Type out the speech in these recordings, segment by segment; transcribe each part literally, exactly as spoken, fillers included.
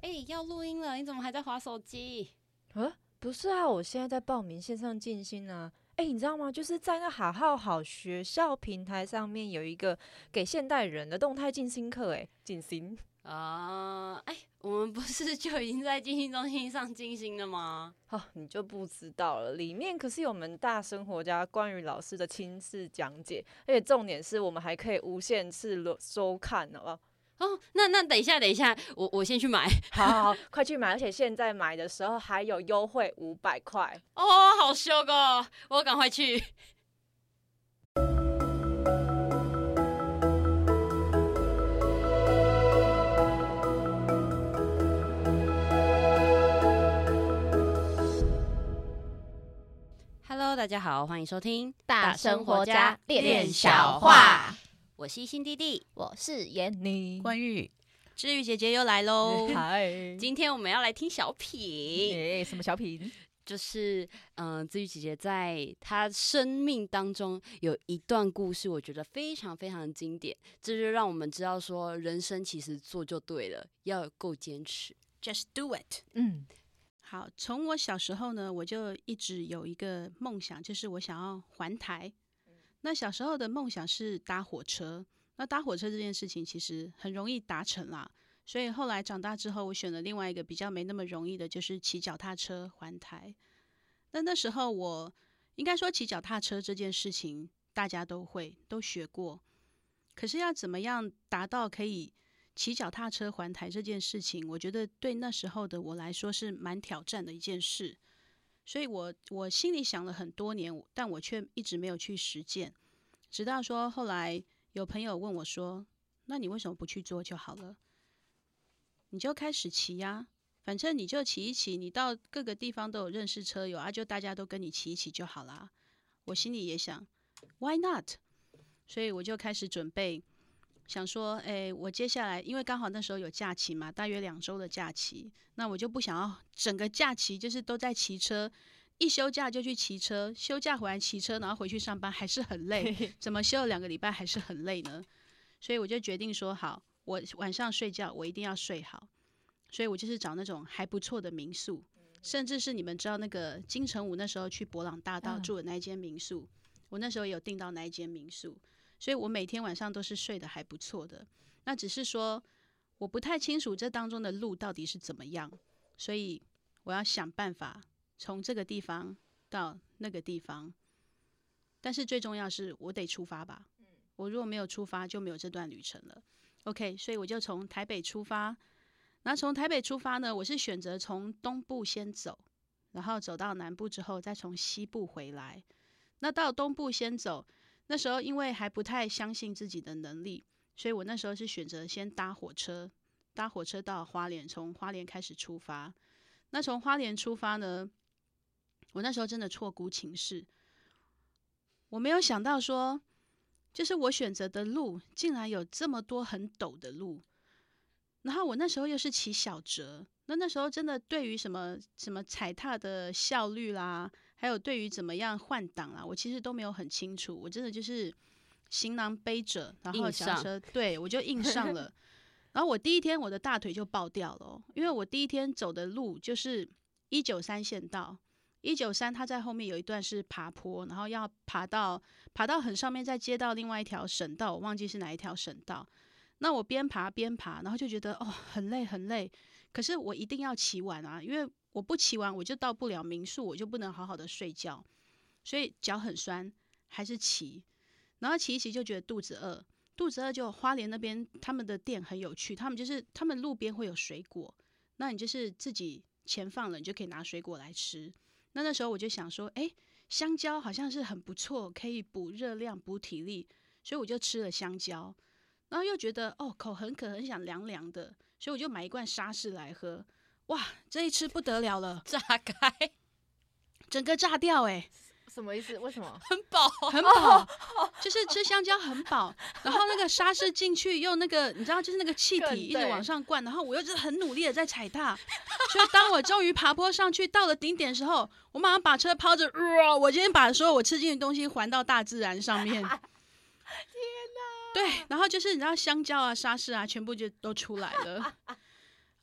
哎、欸，要录音了，你怎么还在滑手机？ 啊，不是啊，我现在在报名线上进心啊。哎、欸，你知道吗？就是在那好好好学校平台上面有一个给现代人的动态静心课，哎，静心啊，哎、欸，我们不是就已经在静心中心上静心了吗？ 哦，你就不知道了，里面可是有我们大生活家关于老师的亲自讲解，而且重点是我们还可以无限次收看，好不好？ 哦，那那等一下，等一下，我我先去买。 好好好，快去买！而且现在买的时候还有优惠五百块哦，好羞哦，我赶快去。Hello， 大家好，欢迎收听大生活家练小话。 我是新弟弟， 我是妍妮， 关玉。 治愈姐姐又来喽！ 嗨， 今天我们要来听小品。 欸、什么小品？ 就是嗯，治愈姐姐在她生命当中有一段故事，我觉得非常非常的经典。这就让我们知道说，人生其实做就对了，要够坚持。 Just do it。 嗯， 好，从我小时候呢，我就一直有一个梦想，就是我想要环台。那小时候的梦想是搭火车。那搭火车这件事情其实很容易达成啦，所以后来长大之后，我选了另外一个比较没那么容易的，就是骑脚踏车环台。那那时候我应该说骑脚踏车这件事情大家都会都学过，可是要怎么样达到可以骑脚踏车环台这件事情，我觉得对那时候的我来说是蛮挑战的一件事。所以我我心里想了很多年，但我却一直没有去实践，直到说后来有朋友问我说，那你为什么不去做就好了？你就开始骑呀，反正你就骑一骑，你到各个地方都有认识车友啊，就大家都跟你骑一骑就好啦。我心里也想 Why not？ 所以我就开始准备，想说哎，我接下来因为刚好那时候有假期嘛，大约两周的假期，那我就不想要整个假期就是都在骑车，一休假就去骑车，休假回来骑车，然后回去上班还是很累，怎么休了两个礼拜还是很累呢？所以我就决定说好，我晚上睡觉我一定要睡好，所以我就是找那种还不错的民宿，甚至是你们知道那个金城武那时候去伯朗大道住的那一间民宿，我那时候也有订到那一间民宿，所以我每天晚上都是睡得还不错的。那只是说我不太清楚这当中的路到底是怎么样，所以我要想办法从这个地方到那个地方，但是最重要是我得出发吧，我如果没有出发就没有这段旅程了。 OK， 所以我就从台北出发。那从台北出发呢，我是选择从东部先走，然后走到南部之后再从西部回来。那到东部先走，那时候因为还不太相信自己的能力，所以我那时候是选择先搭火车，搭火车到花莲，从花莲开始出发。那从花莲出发呢，我那时候真的错估情势，我没有想到说，就是我选择的路竟然有这么多很陡的路，然后我那时候又是骑小折，那那时候真的对于什么什么踩踏的效率啦，还有对于怎么样换挡啦，我其实都没有很清楚，我真的就是行囊背着，然后脚车，对，我就硬上了。然后我第一天我的大腿就爆掉了、哦，因为我第一天走的路就是一九三县道，一九三它在后面有一段是爬坡，然后要爬到爬到很上面，再接到另外一条省道，我忘记是哪一条省道。那我边爬边爬，然后就觉得哦很累很累，可是我一定要骑完啊，因为我不骑完我就到不了民宿，我就不能好好的睡觉，所以脚很酸，还是骑。然后骑一骑就觉得肚子饿。肚子饿就花莲那边他们的店很有趣，他们就是他们路边会有水果，那你就是自己钱放了，你就可以拿水果来吃。那那时候我就想说，哎，香蕉好像是很不错，可以补热量、补体力，所以我就吃了香蕉。然后又觉得哦口很渴，很想凉凉的，所以我就买一罐沙士来喝。哇，这一吃不得了了， 炸开， 整个炸掉哎、欸！ 什么意思？为什么？ 很饱， 很饱，就是吃香蕉很饱，然后那个沙士进去又那个，你知道，就是那个气体一直往上灌，然后我又是很努力的在踩踏，所以当我终于爬坡上去到了顶点的时候，我马上把车抛着、呃，我今天把所有我吃进的东西还到大自然上面。天哪！对，然后就是你知道香蕉啊、沙士啊，全部就都出来了啊。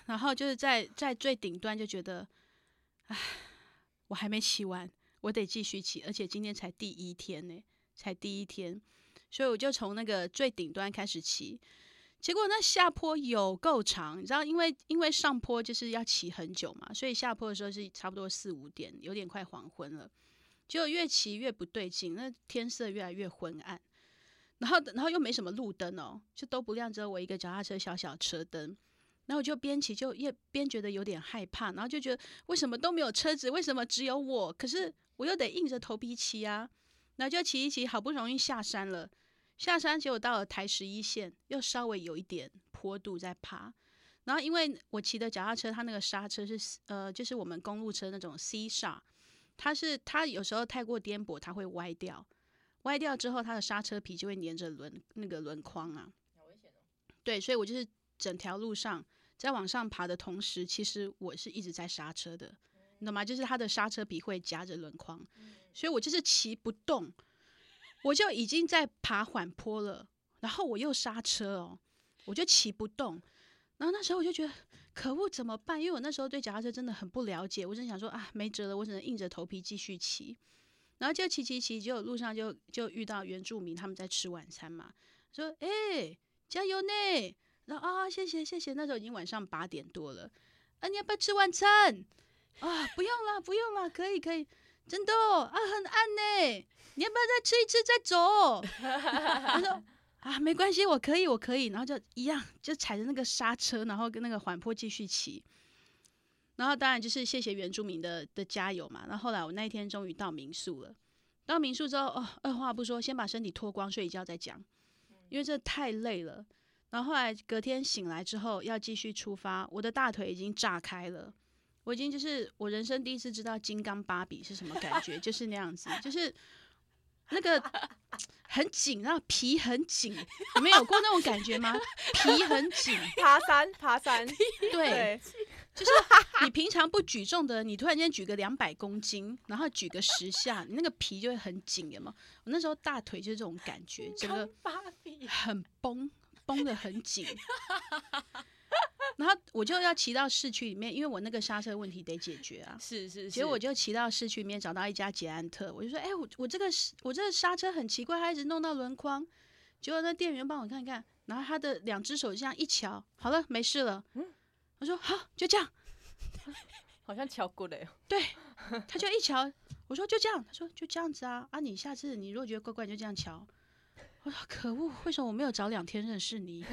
然后就是在在最顶端就觉得，唉，我还没骑完，我得继续骑，而且今天才第一天呢，才第一天，所以我就从那个最顶端开始骑。结果那下坡有够长，你知道，因为因为上坡就是要骑很久嘛，所以下坡的时候是差不多四五点，有点快黄昏了。结果越骑越不对劲，那天色越来越昏暗，然后然后又没什么路灯哦，就都不亮，只有我一个脚踏车小小车灯。然后我就边骑就越边觉得有点害怕，然后就觉得为什么都没有车子，为什么只有我？可是我又得硬着头皮骑啊。然后就骑一骑，好不容易下山了。下山结果到了台十一线，又稍微有一点坡度在爬。然后因为我骑的脚踏车，它那个刹车是呃，就是我们公路车那种 C 刹，它是它有时候太过颠簸，它会歪掉。歪掉之后，它的刹车皮就会粘着轮那个轮框啊。好危险哦。对，所以我就是整条路上在往上爬的同时，其实我是一直在刹车的，你懂吗？就是它的刹车皮会夹着轮框，所以我就是骑不动。我就已经在爬缓坡了，然后我又刹车哦，我就骑不动。然后那时候我就觉得可恶，怎么办？因为我那时候对脚踏车真的很不了解，我真想说啊，没辙了，我只能硬着头皮继续骑。然后就骑骑骑，结果路上就就遇到原住民他们在吃晚餐嘛，说哎、欸、加油呢，然后啊谢谢谢谢，那时候已经晚上八点多了，啊你要不要吃晚餐？啊不用了不用了，可以可以，真的哦啊很暗呢。你要不要再吃一吃再走？他说啊，没关系，我可以，我可以。然后就一样，就踩着那个刹车，然后跟那个缓坡继续骑。然后当然就是谢谢原住民的的加油嘛。然后后来我那一天终于到民宿了。到民宿之后，哦，二话不说，先把身体脱光睡一觉再讲，因为这太累了。然后后来隔天醒来之后要继续出发，我的大腿已经炸开了。我已经就是我人生第一次知道金刚芭比是什么感觉，就是那样子，就是那个很紧，然后皮很紧，你们有过那种感觉吗？皮很紧， 爬山爬山， 对， 对， 就是你平常不举重的，你突然间举个两百公斤，然后举个十下，你那个皮就会很紧，有没有？我那时候大腿就是这种感觉，整个很绷，绷得很紧。然后我就要骑到市区里面，因为我那个刹车问题得解决啊。 是是是。 结果我就骑到市区里面，找到一家捷安特，我就说：“哎、欸，我我这个我这个刹车很奇怪，它一直弄到轮框。”结果那店员帮我看看，然后他的两只手这样一瞧，好了，没事了。嗯，我说好，就这样。 好像敲过嘞。 对，他就一瞧，我说就这样，他说就这样子啊啊！你下次你如果觉得怪怪，就这样瞧。我说可恶，为什么我没有早两天认识你？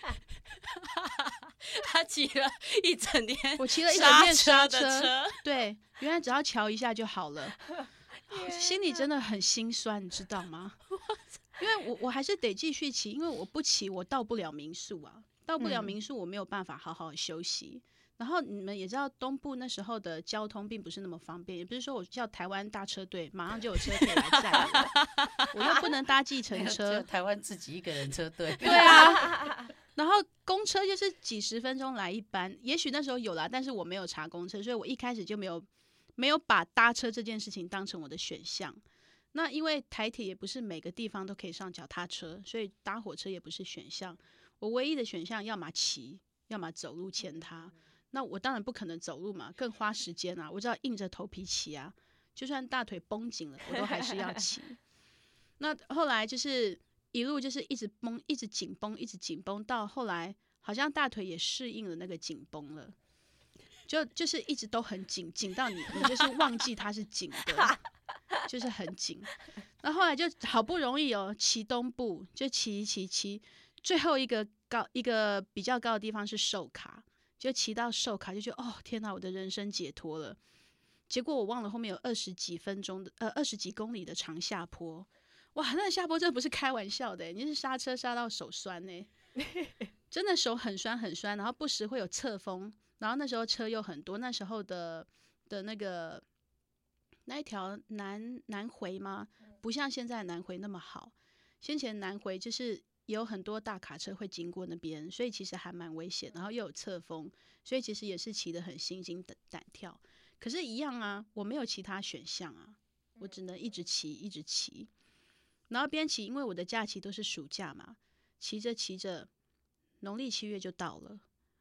他骑了一整天， 我骑了一整天刹车的车， 对，原来只要瞧一下就好了。哦、心里真的很心酸，你知道吗？因为我我还是得继续骑，因为我不骑我到不了民宿啊，到不了民宿我没有办法好好休息。嗯、然后你们也知道，东部那时候的交通并不是那么方便，也不是说我叫台湾大车队马上就有车可以来载我，我又不能搭计程车， 台湾自己一个人车队。 对啊。然后公车就是几十分钟来一班，也许那时候有啦，但是我没有查公车，所以我一开始就没有没有把搭车这件事情当成我的选项。那因为台铁也不是每个地方都可以上脚踏车，所以搭火车也不是选项。我唯一的选项要么骑，要么走路牵它。那我当然不可能走路嘛，更花时间啊！我只要硬着头皮骑啊，就算大腿绷紧了，我都还是要骑。那后来就是一路就是一直绷，一直紧绷，一直紧绷，到后来好像大腿也适应了那个紧绷了，就就是一直都很紧，紧到你你就是忘记它是紧的，就是很紧。那后来就好不容易哦，骑东部就骑骑骑，最后一个高一个比较高的地方是寿卡，就骑到寿卡就觉得哦天哪，我的人生解脱了。结果我忘了后面有二十几分钟的呃二十几公里的长下坡。哇，那个下坡真的不是开玩笑的，你是刹车刹到手酸呢，真的手很酸很酸，然后不时会有侧风，然后那时候车又很多，那时候的的那个那一条南南回吗？不像现在南回那么好，先前南回就是也有很多大卡车会经过那边，所以其实还蛮危险，然后又有侧风，所以其实也是骑得很心惊胆跳。可是，一样啊，我没有其他选项啊，我只能一直骑，一直骑。然后边骑，因为我的假期都是暑假嘛，骑着骑着，农历七月就到了。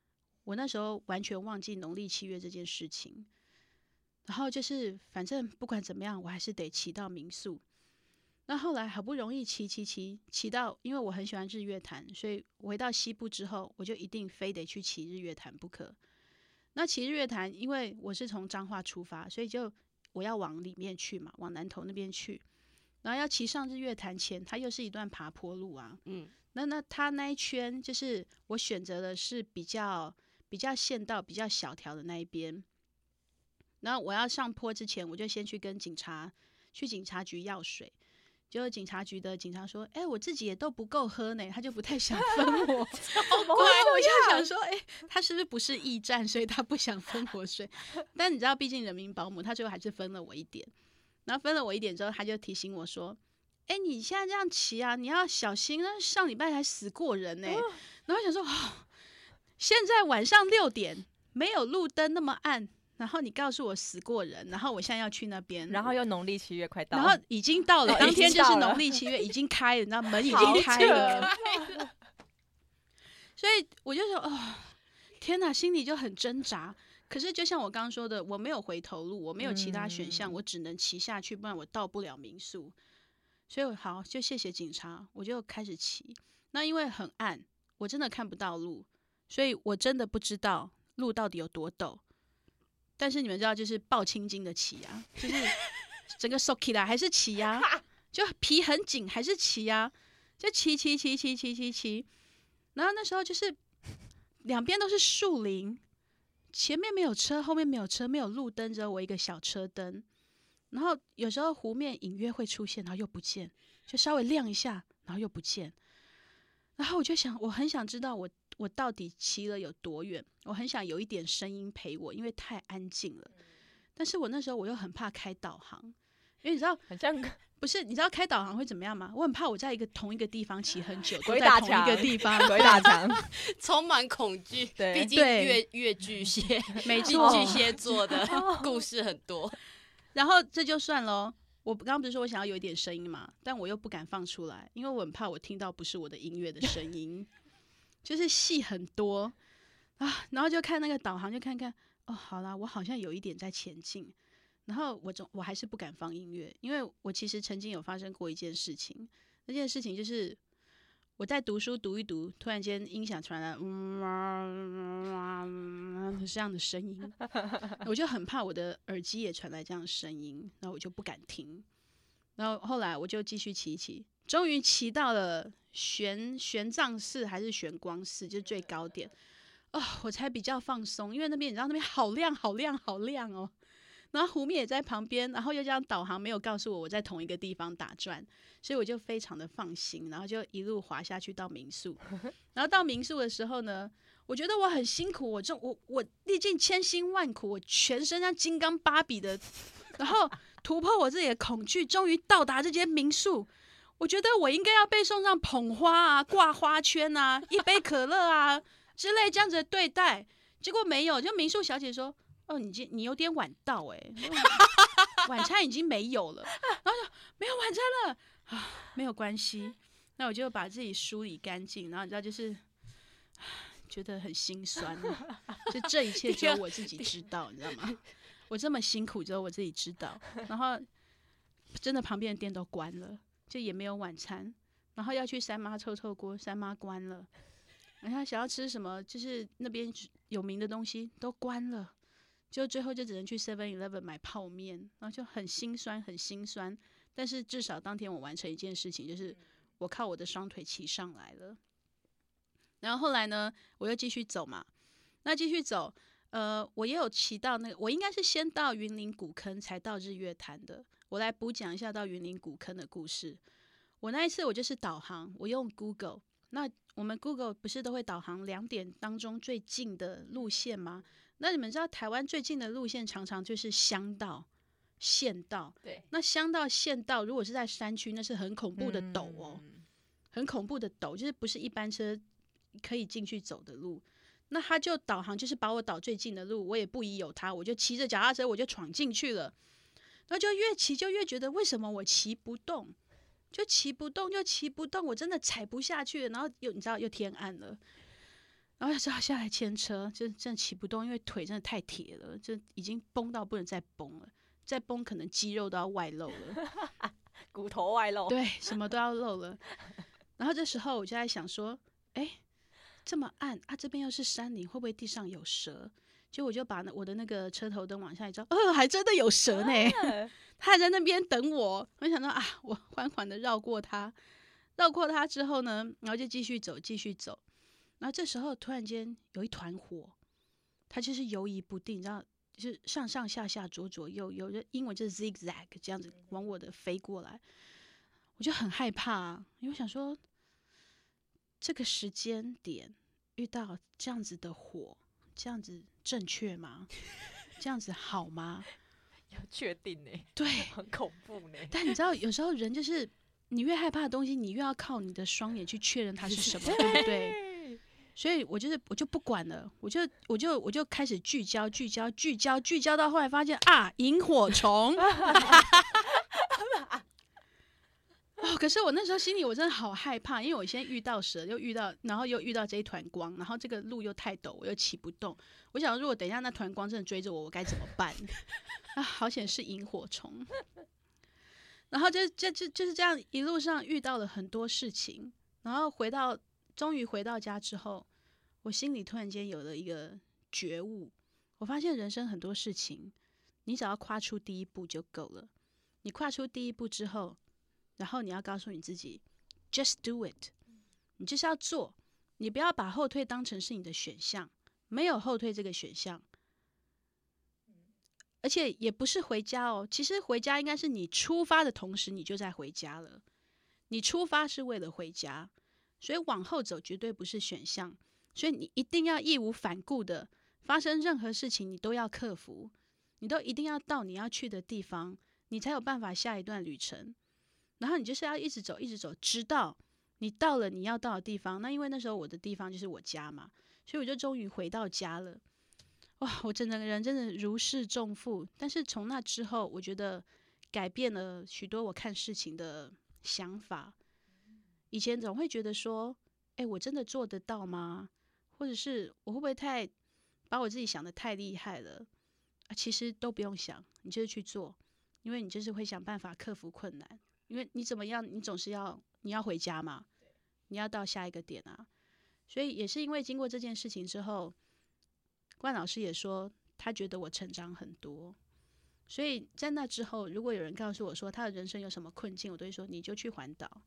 我那时候完全忘记农历七月这件事情，然后就是反正不管怎么样，我还是得骑到民宿。那后来好不容易骑骑骑骑到，因为我很喜欢日月潭，所以我回到西部之后，我就一定非得去骑日月潭不可。那骑日月潭，因为我是从彰化出发，所以就我要往里面去嘛，往南投那边去。然后要骑上日月潭前，它又是一段爬坡路啊。嗯，那那它那一圈就是我选择的是比较比较县道、比较小条的那一边。然后我要上坡之前，我就先去跟警察去警察局要水。结果警察局的警察说：“哎、欸，我自己也都不够喝呢。”他就不太想分我。对，我就想说：“哎、欸，他是不是不是驿站，所以他不想分我水？”但你知道，毕竟人民保姆，他最后还是分了我一点。然后分了我一点之后，他就提醒我说：“哎、欸，你现在这样骑啊，你要小心，那上礼拜还死过人呢。”然后我想说：“哦，现在晚上六点，没有路灯那么暗。”然后你告诉我死过人，然后我现在要去那边， 然后又农历七月快到， 然后已经到了，当天就是农历七月已经开了，你知道门已经开了，所以我就说哦，天哪，心里就很挣扎。可是就像我刚刚说的，我没有回头路，我没有其他选项，嗯、我只能骑下去，不然我到不了民宿。所以我好就谢谢警察，我就开始骑。那因为很暗，我真的看不到路，所以我真的不知道路到底有多陡。但是你们知道，就是抱青筋的骑啊，就是整个手起来还是骑啊，就皮很紧还是骑啊，就骑骑骑骑骑骑骑。然后那时候就是两边都是树林，前面没有车，后面没有车，没有路灯，只有我一个小车灯。然后有时候湖面隐约会出现，然后又不见，就稍微亮一下，然后又不见。然后我就想，我很想知道我。我到底骑了有多远？我很想有一点声音陪我，因为太安静了。但是我那时候我又很怕开导航，因为你知道， 很像不是？你知道开导航会怎么样吗？我很怕我在一个同一个地方骑很久，都在同一个地方， 鬼打墙， 充满恐惧。毕竟越越巨蟹， 没错， 巨蟹座的故事很多。 然后这就算了。我刚刚不是说我想要有一点声音嘛，但我又不敢放出来，因为我很怕我听到不是我的音乐的声音。就是戏很多啊，然后就看那个导航，就看看哦，好啦，我好像有一点在前进，然后我总我还是不敢放音乐，因为我其实曾经有发生过一件事情，那件事情就是我在读书读一读，突然间音响传来嗯啊这样的声音，我就很怕我的耳机也传来这样的声音，然后我就不敢听，然后后来我就继续骑一骑，终于骑到了。玄玄奘寺还是玄光寺，就是最高点哦，我才比较放松，因为那边你知道那边好亮好亮好亮哦，然后湖面也在旁边，然后又这样导航没有告诉我我在同一个地方打转，所以我就非常的放心，然后就一路滑下去到民宿。然后到民宿的时候呢，我觉得我很辛苦，我就我我历尽千辛万苦，我全身像金刚芭比的，然后突破我自己的恐惧，终于到达这间民宿。我觉得我应该要被送上捧花啊、挂花圈啊、一杯可乐啊之类这样子的对待，结果没有。就民宿小姐说：“哦，你今你有点晚到哎、欸，晚餐已经没有了。”然后就没有晚餐了啊，没有关系。那我就把自己梳理干净，然后你知道就是觉得很心酸，就这一切只有我自己知道，你知道吗？我这么辛苦只有我自己知道。然后真的旁边的店都关了。就也没有晚餐，然后要去三妈臭臭锅，三妈关了，然后想要吃什么，就是那边有名的东西都关了，就最后就只能去 seven eleven 买泡面，然后就很心酸，很心酸。但是至少当天我完成一件事情，就是我靠我的双腿骑上来了。然后后来呢，我又继续走嘛，那继续走，呃，我也有骑到那个，我应该是先到云林古坑才到日月潭的。我来补讲一下到云林古坑的故事。我那一次我就是导航，我用 Google。那我们 Google 不是都会导航两点当中最近的路线吗？那你们知道台湾最近的路线常常就是乡道、县道。 对。那乡道、县道如果是在山区，那是很恐怖的陡哦，嗯、很恐怖的陡，就是不是一般车可以进去走的路。那他就导航就是把我导最近的路，我也不疑有他，我就骑着脚踏车我就闯进去了。然后就越骑就越觉得为什么我骑不动，就骑不动就骑不动，我真的踩不下去了。然后又你知道又天暗了， 然后只好下来牵车，就真的骑不动，因为腿真的太铁了，就已经绷到不能再绷了，再绷可能肌肉都要外露了， 骨头外露。 对，什么都要露了。然后这时候我就在想说，哎，这么暗啊，这边又是山林，会不会地上有蛇？就我就把我的那个车头灯往下一照，呃，还真的有蛇呢，他还在那边等我。我想到啊，我缓缓的绕过它，绕过它之后呢，然后就继续走，继续走。然后这时候突然间有一团火，它就是游移不定，你知道，就是上上下下、左左右右，就英文就是 zigzag 这样子往我的飞过来，我就很害怕啊，因为我想说，这个时间点遇到这样子的火，这样子正确吗？这样子好吗？ 要确定呢、欸， 对， 很恐怖呢、欸。 但你知道，有时候人就是你越害怕的东西，你越要靠你的双眼去确认它是什么，对不对？所以我就是我就不管了，我就我就我就开始聚焦聚焦聚焦聚焦到后来发现啊，萤火虫。哦，可是我那时候心里我真的好害怕，因为我先遇到蛇，又遇到，然后又遇到这一团光，然后这个路又太陡，我又骑不动。我想如果等一下那团光真的追着我，我该怎么办？啊，好险是萤火虫。然后就就就就是这样一路上遇到了很多事情，然后回到终于回到家之后，我心里突然间有了一个觉悟，我发现人生很多事情，你只要跨出第一步就够了。你跨出第一步之后，然后你要告诉你自己 ，just do it， 你就是要做，你不要把后退当成是你的选项，没有后退这个选项。而且也不是回家哦，其实回家应该是你出发的同时，你就在回家了。你出发是为了回家，所以往后走绝对不是选项。所以你一定要义无反顾的，发生任何事情你都要克服，你都一定要到你要去的地方，你才有办法下一段旅程。然后你就是要一直走，一直走，直到你到了你要到的地方。那因为那时候我的地方就是我家嘛，所以我就终于回到家了。哇，我整个人真的如释重负。但是从那之后，我觉得改变了许多我看事情的想法。以前总会觉得说，哎，我真的做得到吗？或者是我会不会太把我自己想得太厉害了？啊，其实都不用想，你就是去做，因为你就是会想办法克服困难。因为你怎么样，你总是要你要回家嘛，你要到下一个点啊。所以也是因为经过这件事情之后，冠老师也说他觉得我成长很多。所以在那之后，如果有人告诉我说他的人生有什么困境，我都会说你就去环岛。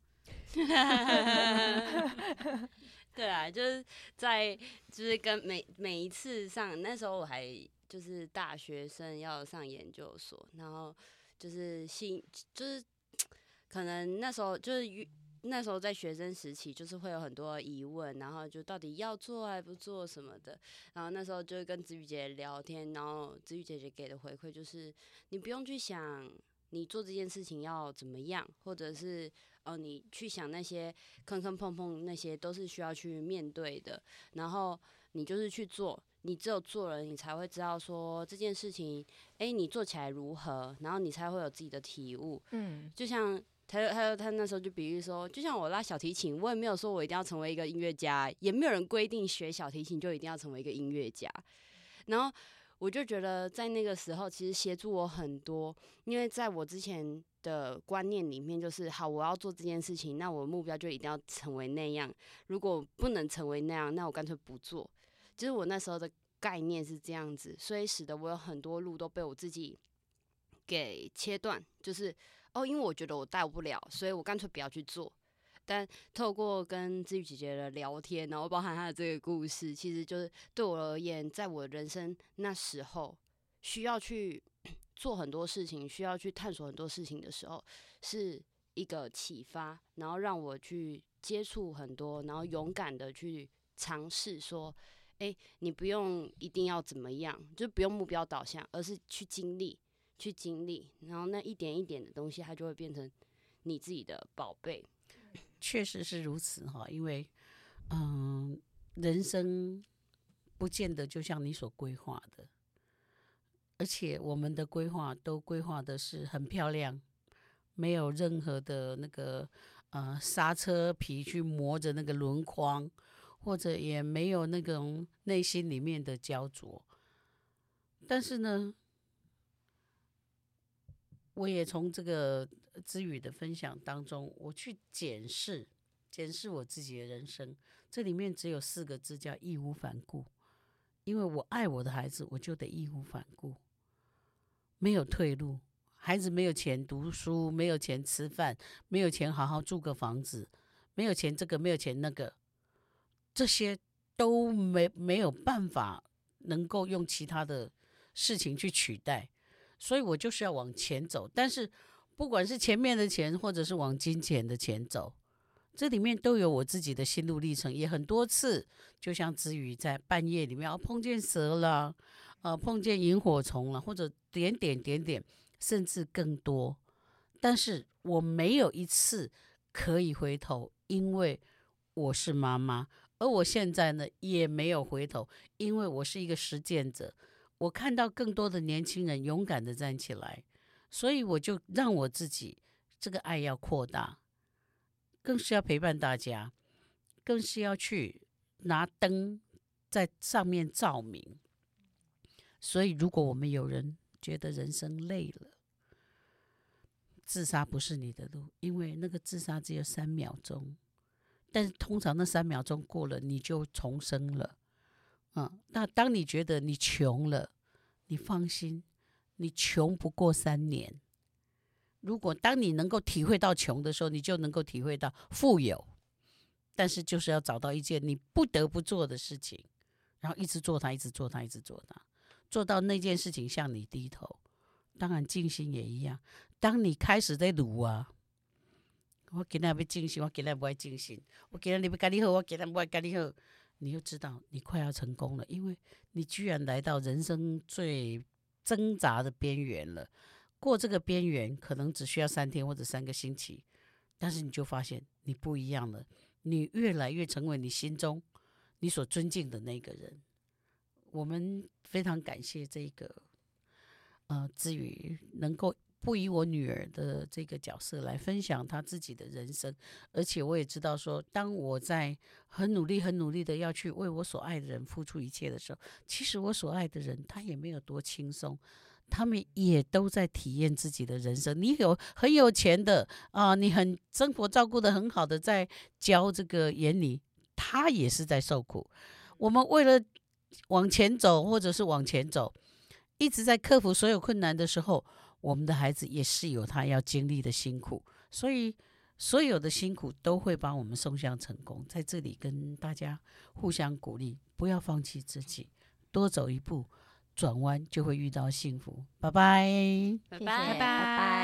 对啊，就是在就是跟每每一次上，那时候我还就是大学生要上研究所，然后就是新就是可能那时候就是那时候在学生时期，就是会有很多疑问，然后就到底要做还不做什么的。然后那时候就跟子宇姐聊天，然后子宇姐姐给的回馈就是，你不用去想你做这件事情要怎么样，或者是哦、呃、你去想那些坑坑碰碰，那些都是需要去面对的。然后你就是去做，你只有做了，你才会知道说这件事情，哎，你做起来如何，然后你才会有自己的体悟。嗯，就像。他他他那时候就比喻说，就像我拉小提琴，我也没有说我一定要成为一个音乐家，也没有人规定学小提琴就一定要成为一个音乐家。然后我就觉得在那个时候，其实协助我很多，因为在我之前的观念里面，就是好，我要做这件事情，那我的目标就一定要成为那样。如果不能成为那样，那我干脆不做。就是我那时候的概念是这样子，所以使得我有很多路都被我自己给切断，就是哦，因为我觉得我带不了，所以我干脆不要去做。但透过跟志宇姐姐的聊天，然后包含她的这个故事，其实就是对我而言，在我人生那时候需要去做很多事情，需要去探索很多事情的时候，是一个启发，然后让我去接触很多，然后勇敢的去尝试说，哎，你不用一定要怎么样，就不用目标导向，而是去经历。去经历，然后那一点一点的东西，它就会变成你自己的宝贝。 确实是如此哈，因为嗯，人生不见得就像你所规划的，而且我们的规划都规划的是很漂亮，没有任何的那个呃刹车皮去磨着那个轮框， 或者也没有那种内心里面的焦灼。但是呢，我也从这个之语的分享当中，我去检视检视我自己的人生。这里面只有四个字，叫义无反顾。因为我爱我的孩子，我就得义无反顾，没有退路。孩子没有钱读书，没有钱吃饭，没有钱好好住个房子，没有钱这个，没有钱那个，这些都没没有办法能够用其他的事情去取代。所以我就是要往前走，但是不管是前面的钱，或者是往金钱的前走，这里面都有我自己的心路历程，也很多次，就像子宇在半夜里面，哦，碰见蛇了，呃，碰见萤火虫了，或者点点点点，甚至更多。但是我没有一次可以回头，因为我是妈妈，而我现在呢也没有回头，因为我是一个实践者。我看到更多的年轻人勇敢的站起来，所以我就让我自己这个爱要扩大，更是要陪伴大家，更是要去拿灯在上面照明。所以如果我们有人觉得人生累了，自杀不是你的路，因为那个自杀只有三秒钟，但是通常那三秒钟过了，你就重生了。嗯，那当你觉得你穷了，你放心，你穷不过三年。如果当你能够体会到穷的时候，你就能够体会到富有。但是就是要找到一件你不得不做的事情，然后一直做它，一直做它，一直做它，做到那件事情向你低头。当然静心也一样，当你开始在撸啊，我今天要静心，我今天不爱静心，我今天你要跟你好，我今天不爱跟你好，你就知道你快要成功了，因为你居然来到人生最挣扎的边缘了。过这个边缘可能只需要三天或者三个星期，但是你就发现你不一样了，你越来越成为你心中你所尊敬的那个人。我们非常感谢这个呃之宇能够不以我女儿的这个角色来分享她自己的人生，而且我也知道说，当我在很努力很努力的要去为我所爱的人付出一切的时候，其实我所爱的人他也没有多轻松，他们也都在体验自己的人生。你有很有钱的啊、呃，你很生活照顾得很好的，在教这个眼里，他也是在受苦。我们为了往前走，或者是往前走，一直在克服所有困难的时候，我们的孩子也是有他要经历的辛苦，所以所有的辛苦都会把我们送向成功。在这里跟大家互相鼓励，不要放弃自己，多走一步，转弯就会遇到幸福。拜拜， 拜谢谢拜拜拜。